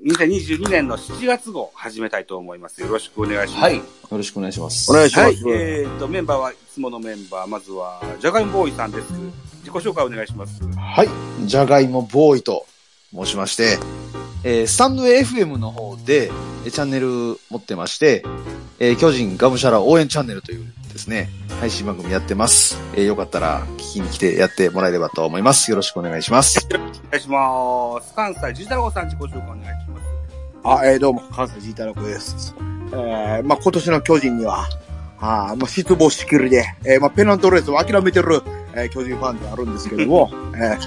2022年の7月号始めたいと思います。よろしくお願いします。 はい。よろしくお願いします。 お願いします。 はい。メンバーはいつものメンバー。まずは、じゃがいもボーイさんです。自己紹介お願いします。 はい。じゃがいもボーイと申しまして、スタンド FM の方でチャンネル持ってまして、巨人がむしゃら応援チャンネルというですね、配信番組やってます。よかったら聞きに来てやってもらえればと思います。よろしくお願いします。 よろしくお願いします。関西ジータラコさん自己紹介お願いします。 どうも、関西ジータラコです。今年の巨人には、失望しきりで、ペナントレースを諦めてる、巨人ファンであるんですけども、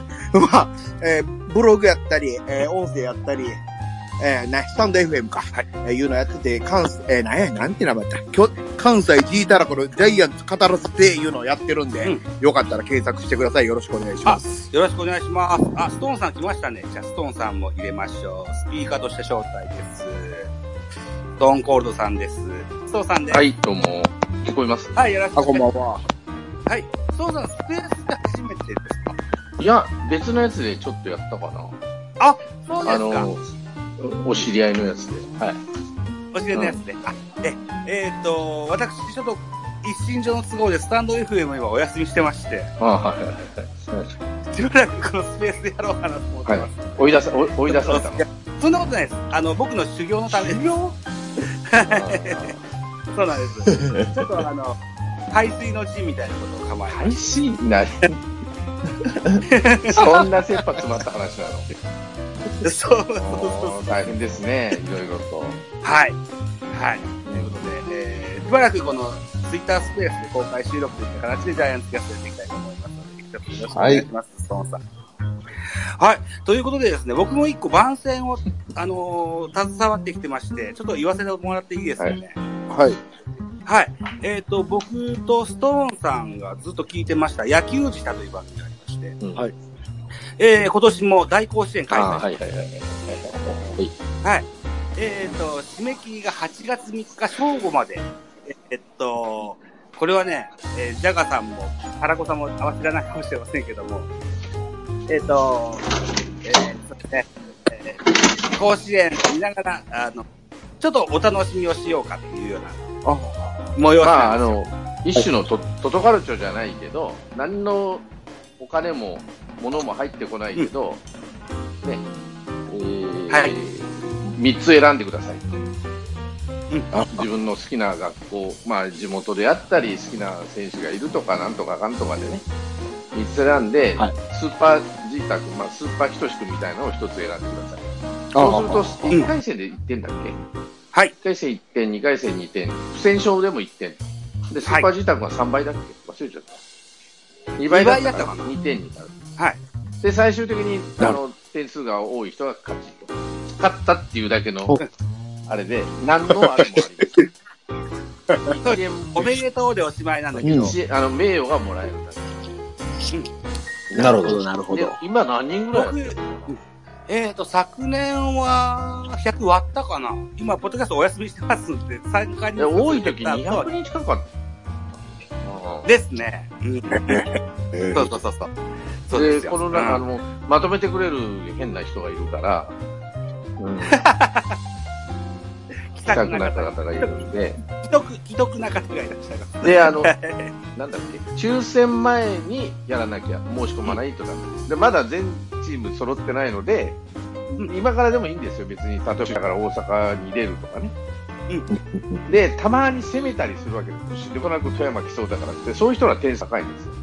ブログやったり、音声やったり、スタンド FM か、いうのやってて、なんて名前だった、関西ジータラコのジャイアンツ語らせていうのをやってるんで、よかったら検索してください。よろしくお願いします。 よろしくお願いします。ストーンさん来ましたね。じゃあ、ストーンさんも入れましょう。スピーカーとして招待です。ストーンコールドさんです。ストーンさんです。 はい、どうも。聞こえます。 はい、よろしくお願いします。 こんばんは。 はい。ストーンさん、スペースで初めてですか？ いや、別のやつでちょっとやったかな。 あ、そうですか。 お知り合いのやつで。はい。 お知り合いのやつで。私、ちょっと、一身上の都合でスタンド FM 今お休みしてまして。 はいはい。 しばらくこのスペースでやろうかなと思ってます。 追い出されたの？ そんなことないです。僕の修行のために。修行そうなんです。ちょっと排水の陣みたいなことを構えて。 排水そんな切羽詰まった話なの？ そう大変ですね、いろいろと。 はい。はい。ということで、しばらくこのツイッタースペースで公開収録といった形でジャイアンツキャストやっていきたいと思いますので、よろしくお願いします、ストーンさん。はい。ということでですね、僕も一個番宣を、携わってきてまして、ちょっと言わせてもらっていいですかね。 はい。 はい。僕とストーンさんがずっと聞いてました、野球自体という番組がありまして、はい。今年も大甲子園開催します。はい。締め切りが8月3日正午まで。これはね、ジャガさんも、ハラコさんも知らないかもしれませんけども、甲子園を見ながら、ちょっとお楽しみをしようかっていうような、催しなんですよ。 一種のトトカルチョじゃないけど、何のお金も物も入ってこないけど、ね、 はい。 3つ選んでください。自分の好きな学校、地元であったり、好きな選手がいるとか、なんとかかんとかでね、3つ選んで、スーパーGタク、スーパーひとしくみたいなのを1つ選んでください。そうすると、1回戦で1点だっけ？ はい。 1回戦1点、2回戦2点、不戦勝でも1点。で、スーパーGタクが3倍だっけ？忘れちゃった。2倍だったから2点になる。 はい。 で、最終的に、点数が多い人が勝ちと。勝ったっていうだけの、あれで、何のあれもあります。 おめでとうでおしまいなんだけど。 名誉がもらえるんだ。 なるほど、なるほど。 今何人ぐらいやってるの？ 昨年は100割ったかな。今、ポッドキャストお休みしてますんで、参加に。 多い時200人近かった。 ですね。そうで、この中、まとめてくれる変な人がいるから、来たくなった方がいるんで、 既得な方がいらっしゃいます。 で、なんだっけ、抽選前にやらなきゃ申し込まないとダメです。で、まだ全チーム揃ってないので、今からでもいいんですよ、別に。例えばだから大阪に出るとかね。で、たまに攻めたりするわけです。しんどくなく富山来そうだからって、そういう人は点数高いんですよ。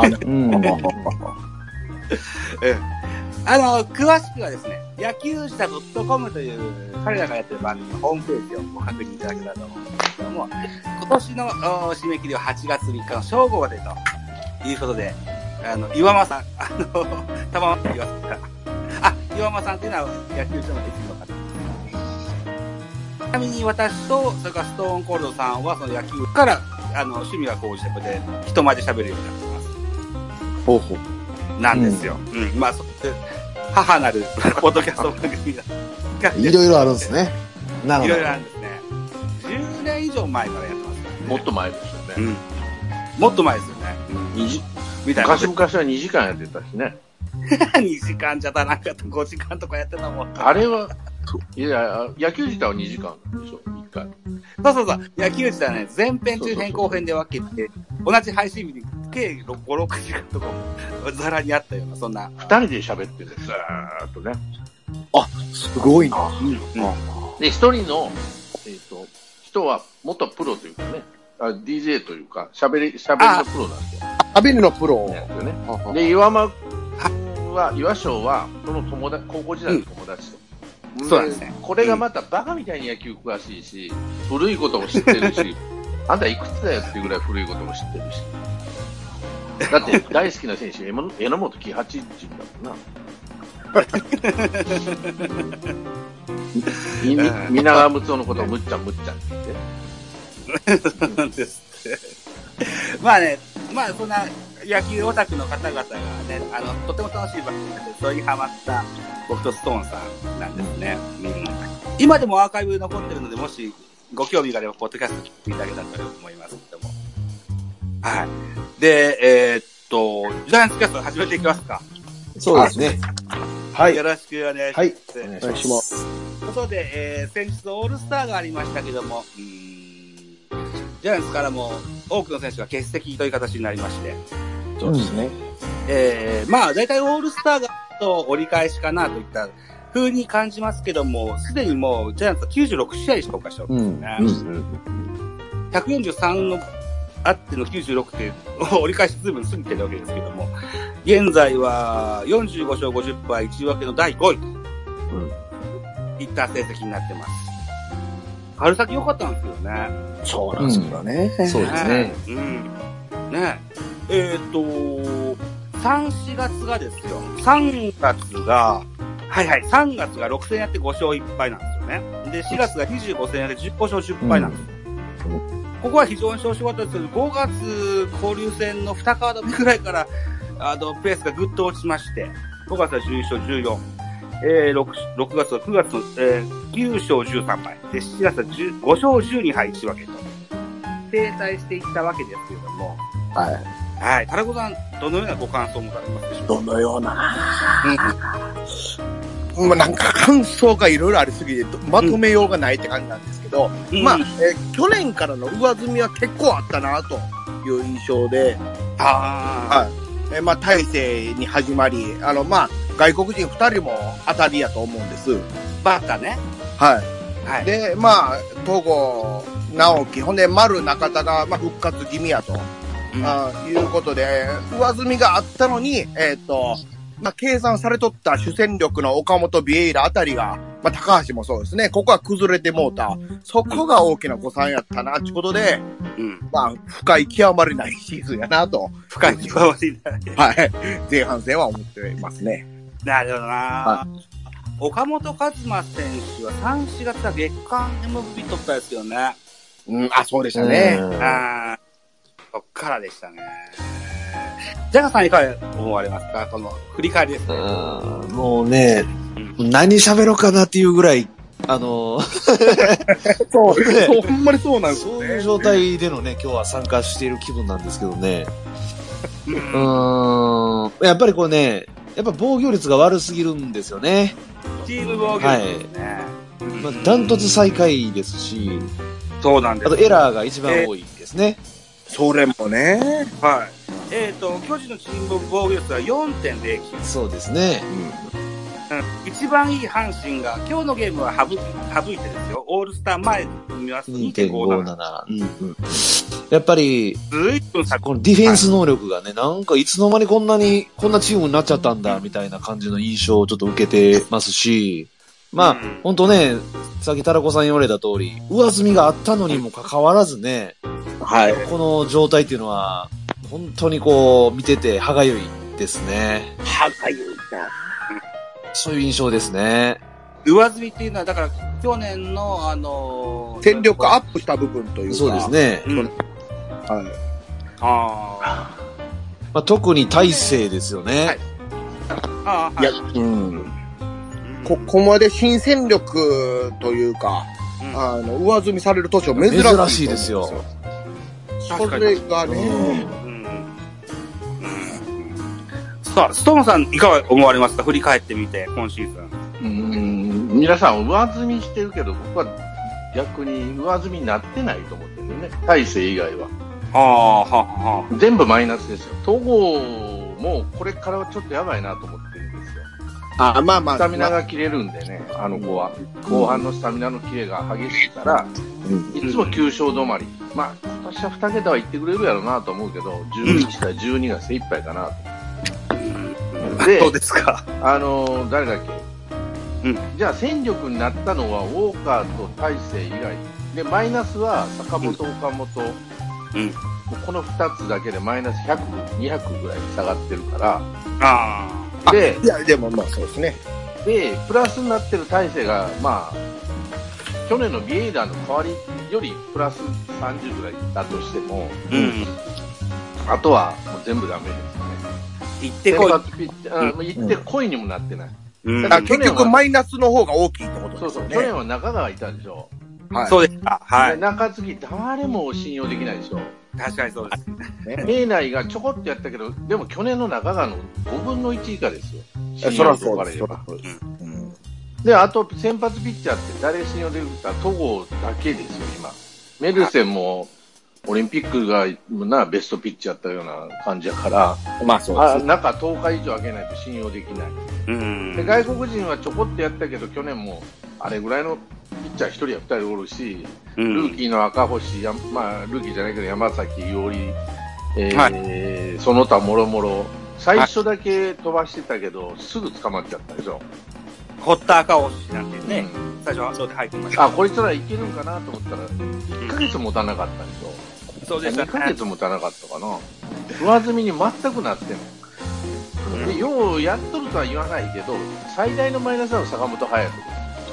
詳しくはですね、野球自体 .com という彼らがやってる番組のホームページをご確認いただけたらと思うんですけども、今年の締め切りは8月3日の正午までということで、岩間さん、玉間岩間さん。岩間さんというのは野球場の別の方。ちなみに私と、それからストーンコールドさんはその野球から趣味が高じてこで人前で喋るようになってます。 ほうほう。 なんですよ。そう母なるポッドキャスト番組がいろいろあるんですね。なるほど。 いろいろあるんですね。10年以上前からやってます、ね。 もっと前ですよね。 もっと前ですよね。 みたいな。昔々は2時間やってたしね。 2時間じゃ足らなかった。5時間とかやってたもん。 あれはいや、野球自体は2時間でしょ、1回。 そう。野球自体はね、前編、中編、後編で分けて、同じ配信日に計5、6時間とかも、ざらにあったような、そんな。 2人で喋ってるんです、ずーっとね。 すごいな。 で、一人の、人は元プロというかね、DJ というか、喋りのプロなんですよ。 喋りのプロ。 ね。で、岩間は、岩翔は、その友達、高校時代の友達と。 そうなんですね。 これがまたバカみたいに野球詳しいし、古いことも知ってるし、あんたいくつだよっていうぐらい古いことも知ってるし。だって大好きな選手、榎本喜八って言うんだもんな。皆川睦夫のことをむっちゃんって言って。ですって。まあね、そんな野球オタクの方々がね、とても楽しい番組で、それにハマった僕とストーンさんなんですね。今でもアーカイブ残ってるので、もしご興味があれば、ポッドキャスト聞いていただけたらと思いますけども。はい。で、ジャイアンツキャスト始めていきますか。 そうですね。はい。 よろしくお願いします。 はい。お願いします。 ということで、先日オールスターがありましたけども、ジャイアンツからも多くの選手が欠席という形になりまして。 そうですね。 大体オールスターがと折り返しかなといった風に感じますけども、すでにもうジャイアンツは96試合消化しておるんですね。143のあっての96って折り返しずいぶん過ぎてるわけですけども、現在は45勝50敗1分けの第5位といった成績になってます。春先良かったんですけどね。 そうなんですけどね。 そうですね。 ね。3、4月がですよ。3月が6戦やって5勝1敗なんですよね。で、4月が25戦やって15勝10敗なんですよ。ここは非常に調子良かったですけど、5月交流戦の2カード目ぐらいから、ペースがぐっと落ちまして、5月は11勝14。6月は9月の、9勝13敗。で、7月は5勝12敗1分けと、停滞していったわけですけれども。 はい。 はい。タラコさん、どのようなご感想を持たれますでしょうか？ どのようななんか感想がいろいろありすぎて、まとめようがないって感じなんですけど、去年からの上積みは結構あったな、という印象で、はい。大勢に始まり、外国人2人も当たりやと思うんです。 バカね。 はい。で、東郷直樹、ほんで丸中田が、復活気味やと、いうことで、上積みがあったのに、計算されとった主戦力の岡本ビエイラあたりが、高橋もそうですね、ここは崩れてもうた。そこが大きな誤算やったな、ってことで、深い極まりないシーズンやなと。 深い極まりない。 はい。前半戦は思っていますね。 なるほどな、岡本和真選手は3、4月は月間 MVP 取ったですよね。 そうでしたね。 そっからでしたね。ジャガさんいかが思われますか？この振り返りですね。 もうね、何喋ろうかなっていうぐらい、 そう、ほんまにそうなんですよね。 そういう状態でのね、今日は参加している気分なんですけどね。やっぱりこうね、やっぱ防御率が悪すぎるんですよね。 チーム防御率ですね。 ダントツ最下位ですし、 そうなんです。 あとエラーが一番多いですね。 それもね。 はい。巨人のチーム防御率は 4.09。 そうですね。 一番いい阪神が、今日のゲームは省いてですよ。オールスター前に見ますと 2.57。 やっぱり、このディフェンス能力がね、なんかいつの間にこんなチームになっちゃったんだ、みたいな感じの印象をちょっと受けてますし、ほんとね、さっきタラコさん言われた通り、上積みがあったのにもかかわらずね、この状態っていうのは、本当に見てて歯がゆいですね。 歯がゆいな。 そういう印象ですね。 上積みっていうのは、だから、去年の戦力アップした部分というか。 そうですね。特に大勢ですよね。 ここまで新戦力というか、上積みされる年は珍しいですよ。 それがね、 さあ、ストーンさんいかが思われますか？振り返ってみて、今シーズン。 皆さん上積みしてるけど、僕は逆に上積みになってないと思ってるんだよね。大勢以外は。全部マイナスですよ。戸郷もこれからはちょっとやばいなと思ってるんですよ。スタミナが切れるんでね、あの子は。後半のスタミナの切れが激しいから、いつも9勝止まり。まあ、今年は2桁は言ってくれるやろうなと思うけど、11から12が精一杯かなと。で、 そうですか。 誰だっけ、じゃあ戦力になったのはウォーカーと大勢以外。で、マイナスは坂本、岡本。この2つだけでマイナス100、200ぐらい下がってるから。で、 いや、でもまあそうですね。 で、プラスになってる大勢が、まあ、去年のビエイダーの代わりよりプラス30ぐらいだとしても、あとはもう全部ダメですよね。 行ってこい。 行ってこいにもなってない。 だから結局マイナスの方が大きいってことですよね。 そう、去年は中川いたでしょ。 そうですか。はい。 中継ぎ誰も信用できないでしょ。 確かにそうです。 平内がちょこっとやったけど、でも去年の中川の5分の1以下ですよ。 そらそうです。 で、あと先発ピッチャーって誰信用できるか、戸郷だけですよ、今。メルセンもオリンピックがベストピッチャーやったような感じやから、 まあそうです。 中10日以上上げないと信用できない。で、外国人はちょこっとやったけど、去年もあれぐらいのピッチャー1人や2人おるし、ルーキーの赤星、まあ、ルーキーじゃないけど山崎伊織、その他もろもろ、最初だけ飛ばしてたけど、すぐ捕まっちゃったでしょ。 堀田赤星なんてね、最初はそうで入ってました。 こいつらいけるんかなと思ったら、1ヶ月持たなかったでしょ。 そうですね。 2ヶ月持たなかったかな。上積みに全くなってない。で、ようやっとるとは言わないけど、最大のマイナスは坂本勇人です。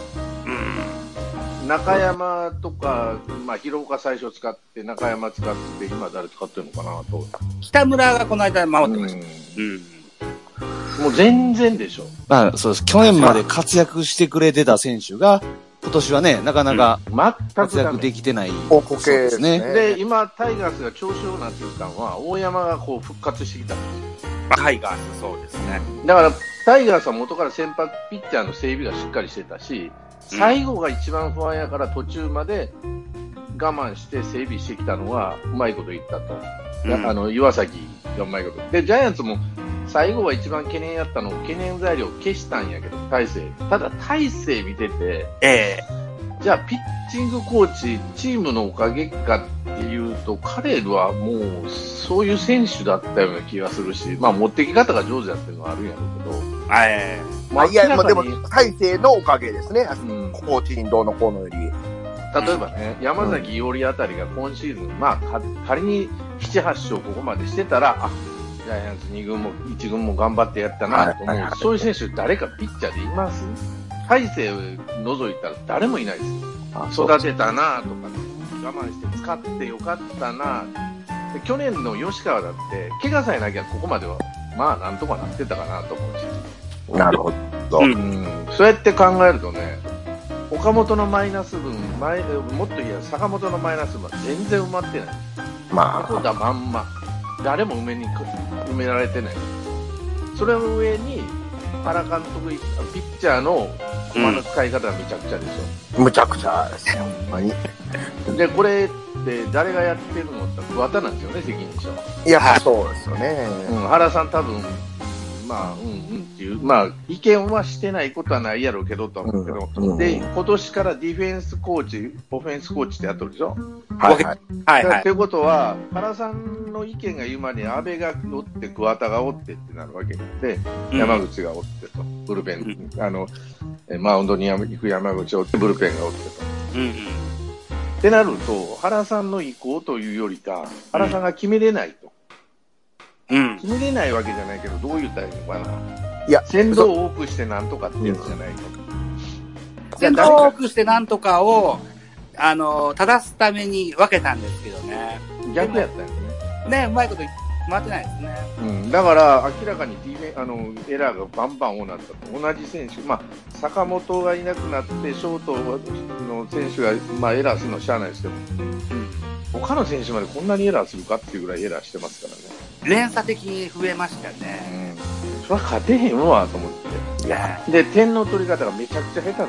中山とか、まあ、広岡最初使って、中山使って、今誰使ってるのかなと。 北村がこの間守ってました。 もう全然でしょ。 まあ、そうです。去年まで活躍してくれてた選手が、今年はね、なかなか活躍できてない。 そうですね。 で、今、タイガースが調子をなってきたのは、大山がこう復活してきたんですよ。 タイガース、そうですね。 だから、タイガースは元から先発ピッチャーの整備がしっかりしてたし、最後が一番不安やから途中まで我慢して整備してきたのはうまいこと言ったと。岩崎がうまいこと。で、ジャイアンツも最後は一番懸念やったのを懸念材料消したんやけど、大勢。ただ大勢見てて、じゃあピッチングコーチ、チームのおかげかっていうと、彼はもうそういう選手だったような気がするし、まあ持ってき方が上手やっていうのはあるんやろうけど、 まあ、いや、でも、大勢のおかげですね。コーチにどうのこうのより。 例えばね、山崎伊織あたりが今シーズン、まあ、仮に7、8勝ここまでしてたら、ジャイアンツ2軍も1軍も頑張ってやったなと思う。そういう選手誰かピッチャーでいます？大勢を除いたら誰もいないです。育てたなとか、我慢して使ってよかったな。で去年の吉川だって、怪我さえなきゃここまでは、まあなんとかなってたかなと思うし。 なるほど。 そうやって考えるとね、岡本のマイナス分、もっと言えば坂本のマイナス分は全然埋まってない。 まあ。 そうだまんま。誰も埋められてない。それの上に、原監督、ピッチャーの駒の使い方がめちゃくちゃでしょ。 むちゃくちゃですよ、ほんまに。 で、これって誰がやってるのって桑田なんですよね、責任者は。 いや、そうですよね。 原さん多分、まあ、っていう、まあ、意見はしてないことはないやろうけど、と思うけど、で、今年からディフェンスコーチ、オフェンスコーチってやっとるでしょ。ということは、原さんの意見が言うまでに安倍がおって、桑田がおってってなるわけで、山口がおってと、ブルペン、マウンドに行く山口をおって、ブルペンがおってと。ってなると、原さんの意向というよりか、原さんが決めれないと。決めれないわけじゃないけど、どう言ったらいいのかな。いや、先導を多くしてなんとかってやつじゃないと。 先導を多くしてなんとかを、正すために分けたんですけどね。 逆やったんですね。ね、うまいこと回ってないですね。 だから、明らかにエラーがバンバン多なったと。同じ選手、まあ、坂本がいなくなって、ショートの選手が、まあ、エラーするのはしゃあないですけど、他の選手までこんなにエラーするかっていうぐらいエラーしてますからね。 連鎖的に増えましたね。 それは勝てへんわと思って。 ですね。 で、点の取り方がめちゃくちゃ下手になった。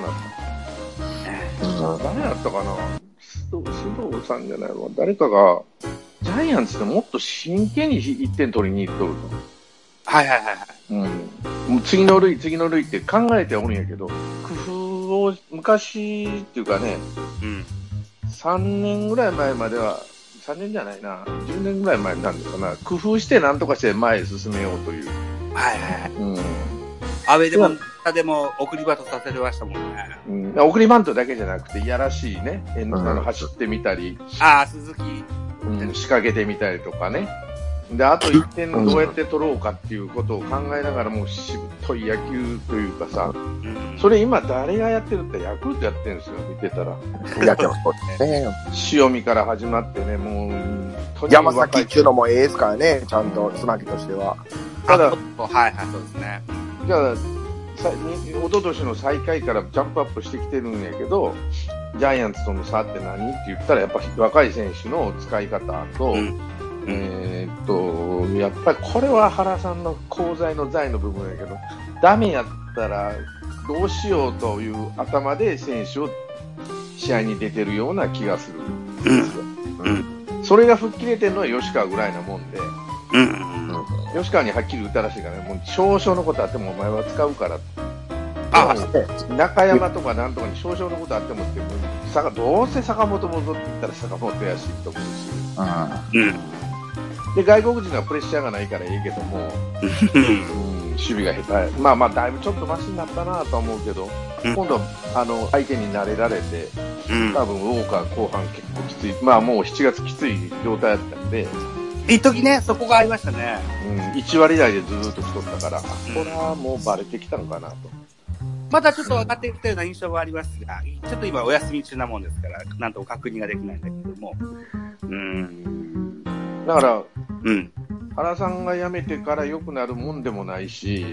誰だったかな、須藤さんじゃないわ。誰かが、ジャイアンツってもっと真剣に1点取りに行っとると。 はいはいはいはい。 うん。もう次の塁って考えておるんやけど、工夫を昔っていうかね、3年ぐらい前までは、3年じゃないな、10年ぐらい前なんですかな、工夫して何とかして前へ進めようという。 はいはいはい。アウェーでも、でも送りバントさせてましたもんね。 送りバントだけじゃなくて、いやらしいね、走ってみたり、 鈴木、 仕掛けてみたりとかね。で、あと1点どうやって取ろうかっていうことを考えながらもしぶとい野球というかさ、それ今誰がやってるってヤクルトやってるんですよ、見てたら。 やってますね。 塩見から始まってね、もう、山崎っていうのもええですからね、ちゃんとつなぎとしては。 ただ、はいはい、そうですね。 じゃあ、一昨年の最下位からジャンプアップしてきてるんやけど、ジャイアンツとの差って何って言ったら、やっぱり若い選手の使い方と、やっぱりこれは原さんの功罪の財の部分やけど、ダメやったらどうしようという頭で選手を試合に出てるような気がするんですよ。それが吹っ切れてるのは吉川ぐらいなもんで、吉川にはっきり言ったらしいからね、もう少々のことあってもお前は使うから。中山とかなんとかに少々のことあってもって、どうせ坂本戻っていったら坂本やしと思うし。で、外国人はプレッシャーがないからいいけども、守備が下手。まあまあ、だいぶちょっとマシになったなとは思うけど、今度、相手に慣れられて、多分、ウォーカー後半結構きつい。まあもう7月きつい状態だったんで。 一時ね、そこがありましたね。 1割台でずーっと来とったから、これはもうバレてきたのかなと。 まだちょっと上がってきたような印象はありますが、ちょっと今お休み中なもんですから、なんとも確認ができないんだけども。 だから、原さんが辞めてから良くなるもんでもないし、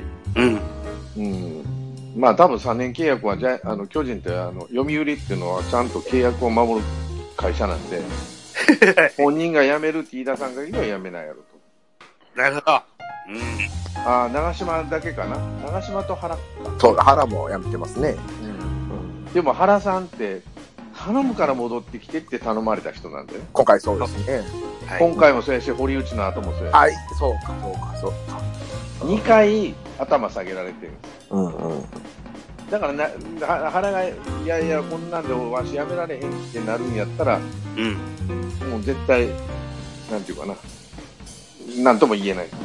まあ多分3年契約は巨人って読売っていうのはちゃんと契約を守る会社なんで、本人が辞めるって飯田さんが言えば辞めないやろと。 なるほど。 長島だけかな。長島と原。 そう、原も辞めてますね。 でも原さんって、頼むから戻ってきてって頼まれた人なんでね。 今回そうですね。 今回もそうやし、堀内の後もそうやし。 はい、そうか。 2回頭下げられてるんです。だから原が、いや、こんなんでわしやめられへんってなるんやったら、もう絶対、なんていうかな、なんとも言えない。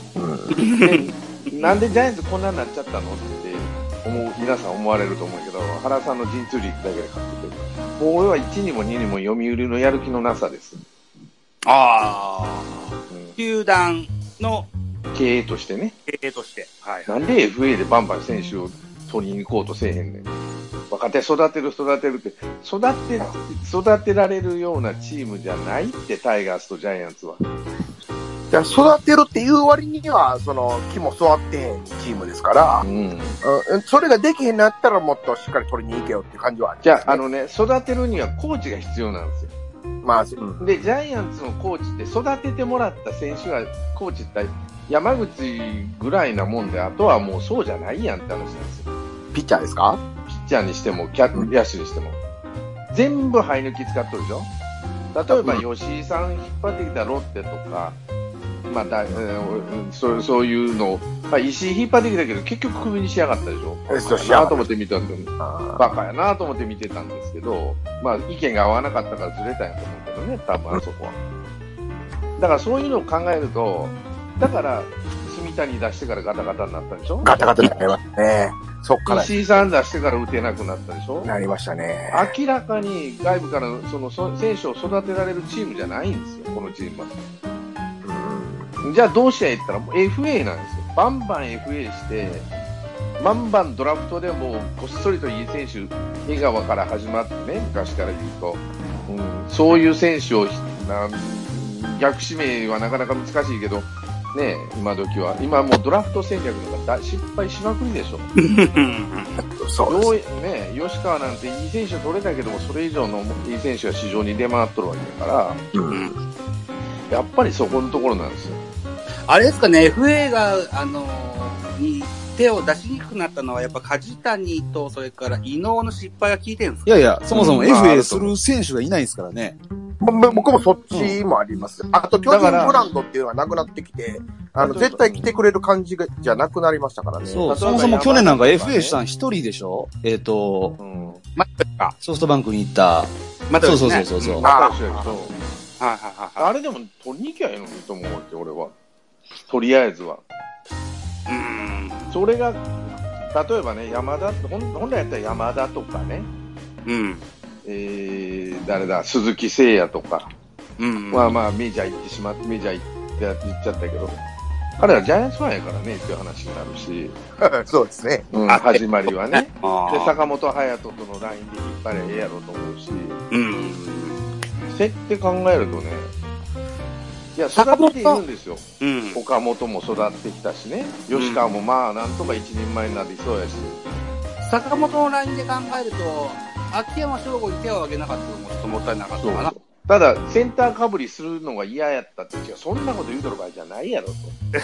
なんでジャイアンツこんなになっちゃったのって皆さん思われると思うけど、原さんの神通力だけで勝ってくる。もう俺は1にも2にも読売のやる気のなさです。 球団の経営としてね。なんで FA でバンバン選手を取りに行こうとせえへんねん。若手育てるって、育てられるようなチームじゃないって、タイガースとジャイアンツは。 育てるっていう割には、木も育ってへんチームですから、それができへんなったらもっとしっかり取りに行けよっていう感じはあります、ね。 じゃあ、育てるにはコーチが必要なんですよ。で、ジャイアンツのコーチって育ててもらった選手が、コーチって山口ぐらいなもんで、あとはもうそうじゃないやんって話なんですよ。 ピッチャーですか？ ピッチャーにしても、野手にしても。全部生え抜き使っとるでしょ？例えば、吉井さん引っ張ってきたロッテとか、そういうのを、石井引っ張ってきたけど、結局クビにしやがったでしょ。バカやなと思って見たんで、バカやなと思って見てたんですけど、意見が合わなかったからずれたんやと思うけどね、多分あそこは。だからそういうのを考えると、だから、住谷出してからガタガタになったでしょ。 ガタガタになりましたね。そっから。 石井さん出してから打てなくなったでしょ。 なりましたね。 明らかに外部から選手を育てられるチームじゃないんですよ、このチームは。じゃあどうしや言ったらもう FA なんですよ。バンバン FA して、バンバンドラフトでもこっそりといい選手、江川から始まってね、昔から言うと、そういう選手を逆指名はなかなか難しいけど、ね、今時は。今もうドラフト戦略とか失敗しまくりでしょ。 そうですね。吉川なんていい選手取れたけども、それ以上のいい選手が市場に出回っとるわけだから、やっぱりそこのところなんですよ。 あれですかね、FA が、に手を出しにくくなったのは、やっぱ梶谷と、それから伊能の失敗が効いてるんですか？ いやいや、そもそも FA する選手がいないですからね。 僕もそっちもあります。あと、巨人ブランドっていうのがなくなってきて、絶対来てくれる感じじゃなくなりましたからね。 そう、そもそも去年なんか FA したん一人でしょ？ソフトバンクに行った。そうそう。 あれでも取りに行きゃいいのにと思うわけ、俺は。とりあえずは。それが、例えばね、山田、本来やったら山田とかね。誰だ、鈴木誠也とか。まあ、メジャー行ってやっちゃったけど。彼らジャイアンツファンやからね、っていう話になるし。 そうですね。 始まりはね。で、坂本勇人とのラインで引っ張ればええやろうと思うし。って考えるとね、いや、育てているんですよ。岡本も育ってきたしね。吉川もまあ、なんとか一人前になりそうやし。 坂本のラインで考えると、秋山翔吾に手を挙げなかったのもちょっともったいなかったかな。 ただ、センターかぶりするのが嫌やったって違う。そんなこと言うとる場合じゃないやろと。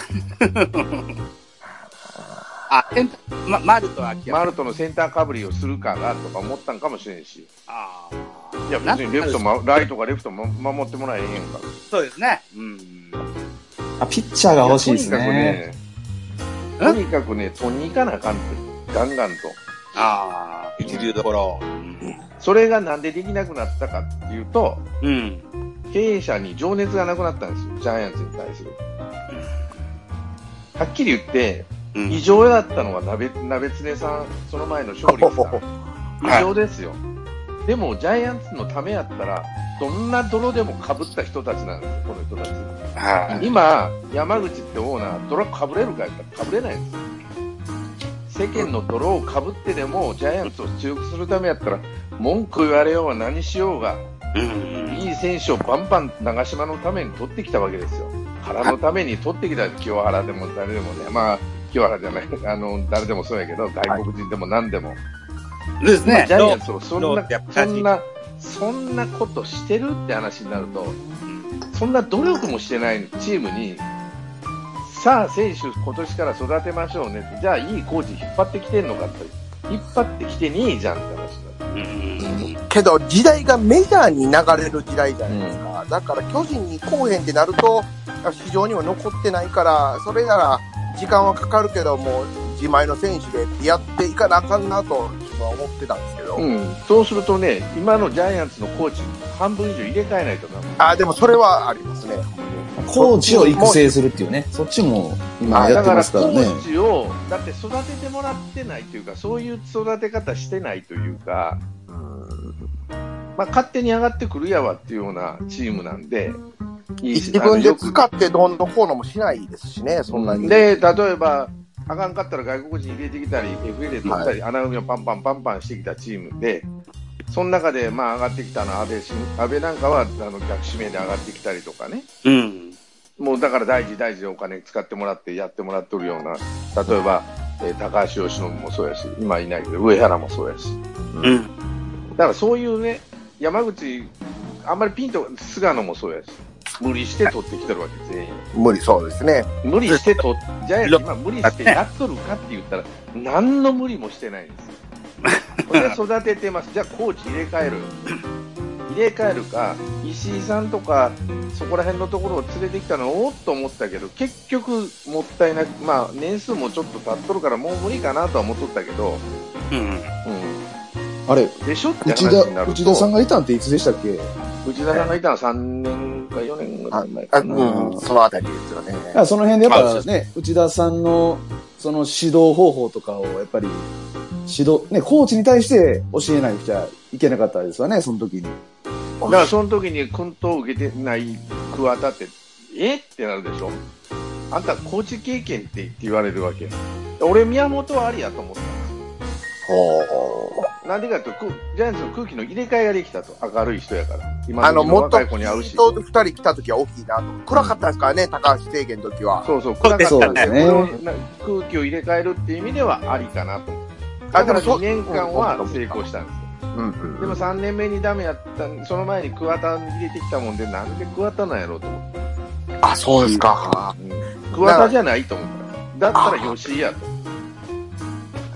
マルと秋山。 マルとのセンターかぶりをするからとか思ったんかもしれんし。いや、別にレフトも、ライトかレフトも守ってもらえへんやんか。 そうですね。 ピッチャーが欲しいですね。 とにかくね、取りに行かなあかんって。ガンガンと。 一流どころ。 それがなんでできなくなったかっていうと、経営者に情熱がなくなったんですよ。ジャイアンツに対する。はっきり言って、異常だったのは鍋常さん、その前の勝利さん。異常ですよ。でも、ジャイアンツのためやったら、どんな泥でも被った人たちなんですよ、この人たち。今、山口ってオーナー、泥被れるかやったら被れないんですよ。世間の泥を被ってでも、ジャイアンツを強くするためやったら、文句言われようが何しようが、いい選手をバンバン長島のために取ってきたわけですよ。原のために取ってきた清原でも誰でもね、まあ、清原じゃない、誰でもそうやけど、外国人でも何でも。 ですね。 ジャイアンツをそんなことしてるって話になると、そんな努力もしてないチームに、さあ選手今年から育てましょうねって、じゃあいいコーチ引っ張ってきてんのかって、引っ張ってきてねえじゃんって話になる。 けど時代がメジャーに流れる時代じゃないですか。だから巨人に来おへんってなると、市場には残ってないから、それなら時間はかかるけども、自前の選手でやっていかなあかんなと自分は思ってたんですけど。 そうするとね、今のジャイアンツのコーチ半分以上入れ替えないとダメ。 でもそれはありますね。 コーチを育成するっていうね、そっちも今やってますからね。 だからコーチを、だって育ててもらってないというか、そういう育て方してないというか、まあ勝手に上がってくるやわっていうようなチームなんで、 自分で使ってどんどんこうのもしないですしね、そんなに。 で、例えば、あかんかったら外国人入れてきたり、FA で取ったり、穴埋めをパンパンしてきたチームで、その中で、まあ、上がってきたのは安倍なんかは逆指名で上がってきたりとかね。もうだから大事お金使ってもらってやってもらってるような、例えば、高橋由伸もそうやし、今いないけど、上原もそうやし。だからそういうね、山口、あんまりピンと、菅野もそうやし、無理して取ってきてるわけ、全員。 そうですね。 無理してジャイアンツ今無理してやっとるかって言ったら、何の無理もしてないんですよ。これで育ててます。じゃあコーチ入れ替えるか、石井さんとか、そこら辺のところを連れてきたのおっと思ったけど、結局もったいなく、まあ年数もちょっと経っとるからもう無理かなとは思っとったけど、 あれ、 でしょって話になると。 内田さんがいたんっていつでしたっけ？ 内田さんがいたのは3年か4年ぐらい前かな。 そのあたりですよね。 その辺でやっぱね、内田さんのその指導方法とかをやっぱりね、コーチに対して教えないといけなかったですよね、その時に。だからその時に薫陶を受けてない桑田って、ってなるでしょ？あんたコーチ経験って言われるわけ。俺宮本はありやと思ったんですよ。なんでかというと、ジャイアンツの空気の入れ替えができたと。明るい人やから。今の若い子に会うし。 と二人来た時は大きいなと。暗かったですからね、高橋制限の時は。 そう、暗かったんで、空気を入れ替えるっていう意味ではありかなと。だから2年間は成功したんですよ。でも3年目にダメやった、その前に桑田に入れてきたもんで、なんで桑田なんやろうと思って。 そうですか。 桑田じゃないと思った。だったら吉井やと。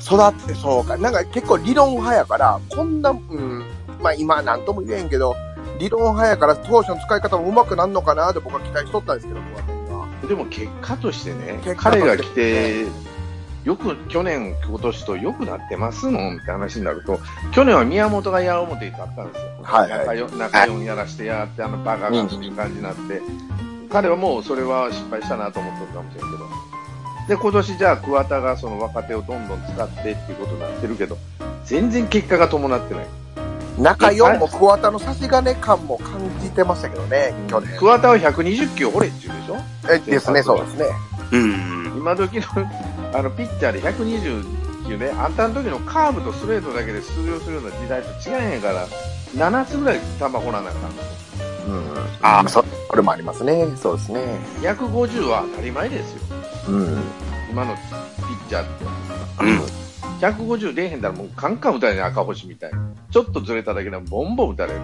育ってそうか。なんか結構理論派やから、こんな、まあ今なんとも言えんけど、理論派やから当初の使い方も上手くなるのかなって僕は期待しとったんですけど、 でも結果としてね、彼が来て、よく、去年、今年と良くなってますのって話になると、去年は宮本がやろうって言ったんですよ。 はいはい。 中4やらしてやって、バカがっていう感じになって、彼はもうそれは失敗したなと思ってるかもしれんけど。で、今年じゃあ桑田がその若手をどんどん使ってっていうことになってるけど、全然結果が伴ってない。 中4も桑田の差し金感も感じてましたけどね、去年。 桑田は120球折れって言うでしょですね、そうですね。 今時の、ピッチャーで120球ね、あんたの時のカーブとストレートだけで出場するような時代と違うんやから、7つぐらい球放らなあかん。 これもありますね。そうですね。 150は当たり前ですよ。今のピッチャーって。150出えへんだらもうカンカン打たれる赤星みたいな。ちょっとずれただけでもボンボン打たれる。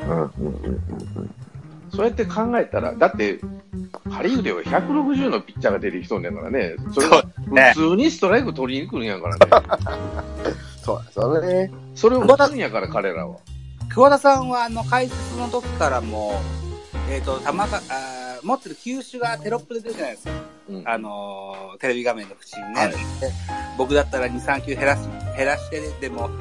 そうやって考えたら、だって、パリーグでは160のピッチャーが出てきとんねんからね。それは普通にストライク取りに来るんやからね。 そうですよね。 それを打つんやから、彼らは。 桑田さんは、解説の時からも、持ってる球種がテロップで出るじゃないですか。テレビ画面の口にね。はい、僕だったら2、3球減らしてでも、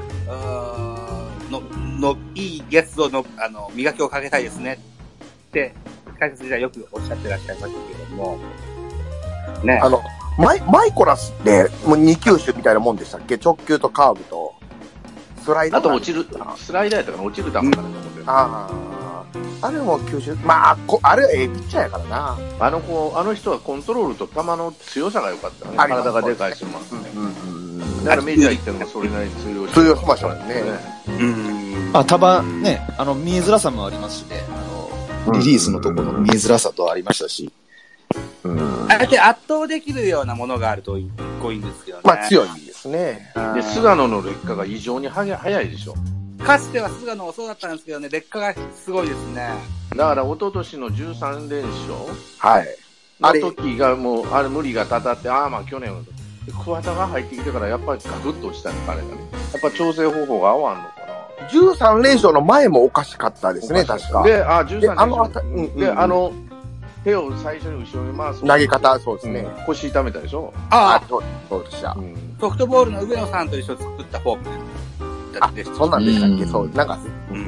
いいやつを磨きをかけたいですねって解説時代よくおっしゃってらっしゃいましたけども、ね。 マイコラスってもう2球種みたいなもんでしたっけ？直球とカーブとスライダー。 あと落ちる、スライダーやったかな、落ちる球かなと思ってる。 あれも球種、まあ、あれはピッチャーやからな。 あの人はコントロールと球の強さが良かったね。体がでかいしますね。だからメジャー行ってもそれなりに通用しましたもんね。 球ね、見えづらさもありますしね。リリースのところの見えづらさとありましたし。 あれで圧倒できるようなものがあると一個いいんですけどね。 まあ強いですね。 で、菅野の劣化が異常に早いでしょ。 かつては菅野そうだったんですけどね、劣化がすごいですね。 だから一昨年の13連勝の時がもう、あれ無理がたたって、まあ去年は、桑田が入ってきてからやっぱりガクッと落ちたね、彼がね。やっぱ調整方法が合わんのかな。 13連勝の前もおかしかったですね、確か。 で、13連勝。で、手を最初に後ろに回す。 投げ方、そうですね。 腰痛めたでしょ。 そうでした。 ソフトボールの上野さんと一緒に作ったフォークでした。そんなんでしたっけ？そう、なんか、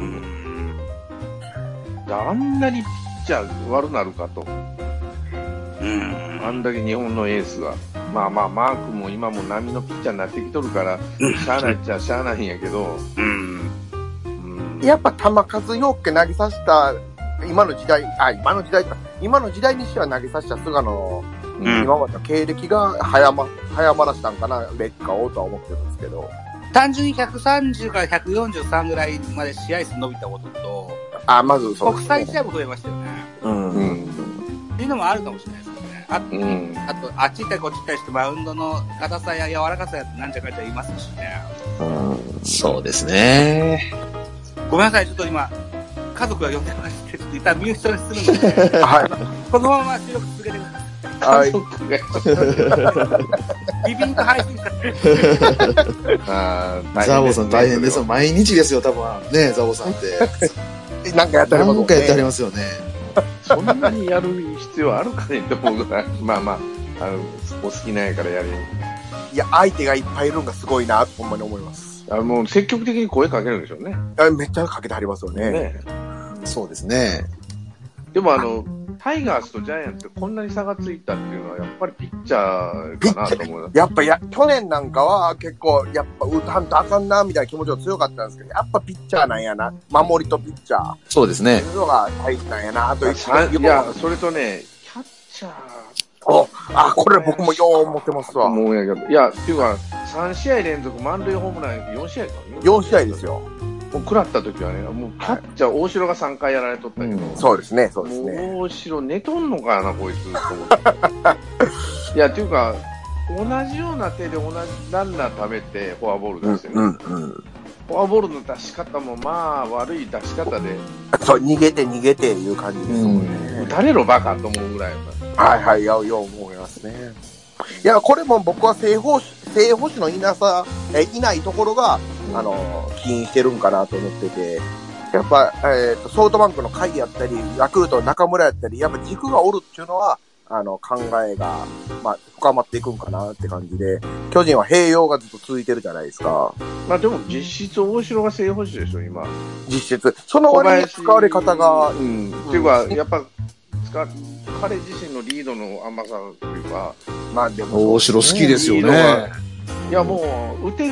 あんなにピッチャー悪なるかと。あんだけ日本のエースが。まあ、マークも今も波のピッチャーになってきとるから、しゃあないっちゃしゃあないんやけど。 やっぱ球数よく投げさせた、今の時代にしては投げさせた菅野の、今までの経歴が早まらしたんかな、劣化をとは思ってるんですけど。 単純に130から143ぐらいまで試合数伸びたことと、 まずそう、 国際試合も増えましたよね。っていうのもあるかもしれないですね。あと、あっち行ったりこっち行ったりして、マウンドの硬さや柔らかさやなんじゃかんじゃ言いますしね。 そうですね。 ごめんなさい、ちょっと今、家族が呼んでまして、ちょっと一旦ミュートにするので、このまま収録続けてください。 家族がビビンと配信されてザボさん大変ですよ。毎日ですよ、多分。ね、ザボさんって。 なんかやってありますよね。 そんなにやる必要あるかねって思うぐらい。まあ、お好きなんやからやる。 いや、相手がいっぱいいるのがすごいな、ほんまに思います。 もう積極的に声かけるんでしょうね。 めっちゃかけてはりますよね。 そうですね。 でもタイガースとジャイアンツってこんなに差がついたっていうのは、やっぱりピッチャーかなと思う。 やっぱ去年なんかは結構、やっぱ打たんとあかんな、みたいな気持ちが強かったんですけど、やっぱピッチャーなんやな。守りとピッチャー。 そうですね。 そういうのが大事なんやな、という。 いや、それとね、キャッチャー。これ僕もよう思ってますわ。 思うんやけど。いや、っていうか、3試合連続満塁ホームラン4試合か ?4 試合ですよ。 もう食らった時はね、もうキャッチャー、大城が3回やられとったけど、 そうですね。 大城寝とんのかな、こいつ、と思って。いや、っていうか、同じような手で同じランナー食べてフォアボール出してね。フォアボールの出し方もまあ悪い出し方で。 そう、逃げていう感じですもんね。 打たれろバカと思うぐらい。 よう思いますね。 いや、これも僕は正捕手のいないところが、起因してるんかなと思ってて、やっぱ、ソフトバンクの甲斐やったり、ヤクルトの中村やったり、やっぱ軸がおるっていうのは、考えが、まあ、深まっていくんかなって感じで、巨人は併用がずっと続いてるじゃないですか。 まあでも実質大城が正捕手でしょ、今。 実質。その割に使われ方が、 っていうか、やっぱ、彼自身のリードの甘さというか、 まあでも、 大城好きですよね。 いやもう、打てる